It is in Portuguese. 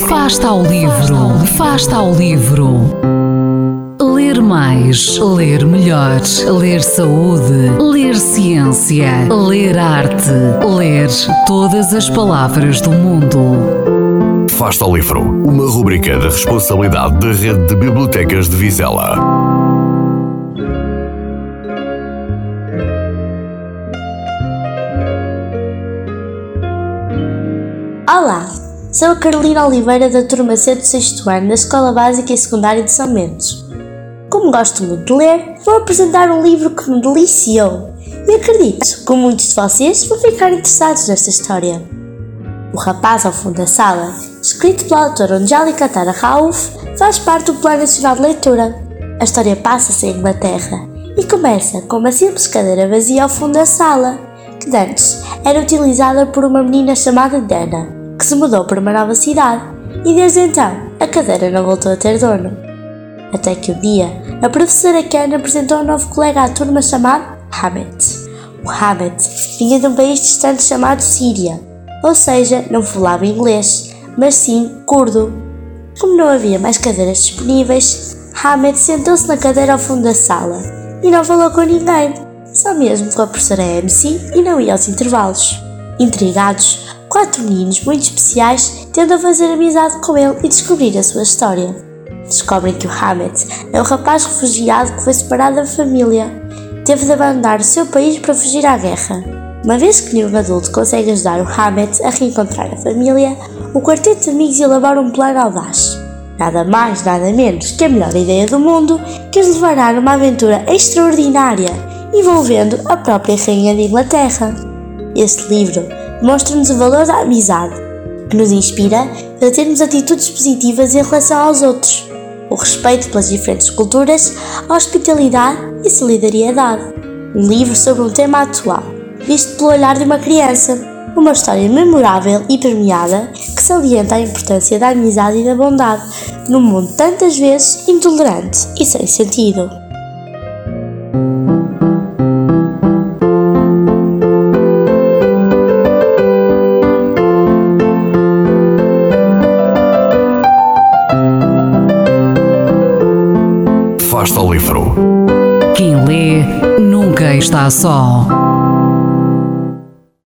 Afasta ao livro, afasta ao livro. Ler mais, ler melhor, ler saúde, ler ciência, ler arte, ler todas as palavras do mundo. Afasta ao livro, uma rubrica da responsabilidade da Rede de Bibliotecas de Vizela. Olá, sou a Carolina Oliveira da turma C do 6º ano da Escola Básica e Secundária de São Mendes. Como gosto muito de ler, vou apresentar um livro que me deliciou e acredito que muitos de vocês vão ficar interessados nesta história. O Rapaz ao Fundo da Sala, escrito pela autora Angélica Tara Rauf, faz parte do Plano Nacional de Leitura. A história passa-se em Inglaterra e começa com uma simples cadeira vazia ao fundo da sala, que antes era utilizada por uma menina chamada Dana, que se mudou para uma nova cidade e desde então a cadeira não voltou a ter dono. Até que um dia a professora Ken apresentou um novo colega à turma chamado Hamet. O Hamet vinha de um país distante chamado Síria, ou seja, não falava inglês, mas sim curdo. Como não havia mais cadeiras disponíveis, Hamet sentou-se na cadeira ao fundo da sala e não falou com ninguém, só mesmo com a professora MC e não ia aos intervalos. Intrigados, 4 meninos muito especiais tentam fazer amizade com ele e descobrir a sua história. Descobrem que o Hamet é um rapaz refugiado que foi separado da família. Teve de abandonar o seu país para fugir à guerra. Uma vez que nenhum adulto consegue ajudar o Hamet a reencontrar a família, o quarteto de amigos elabora um plano audaz. Nada mais, nada menos que a melhor ideia do mundo, que os levará numa aventura extraordinária, envolvendo a própria Rainha de Inglaterra. Este livro mostra-nos o valor da amizade, que nos inspira a termos atitudes positivas em relação aos outros, o respeito pelas diferentes culturas, a hospitalidade e solidariedade. Um livro sobre um tema atual, visto pelo olhar de uma criança, uma história memorável e premiada que salienta a importância da amizade e da bondade num mundo tantas vezes intolerante e sem sentido. Afasta ao livro. Quem lê nunca está só.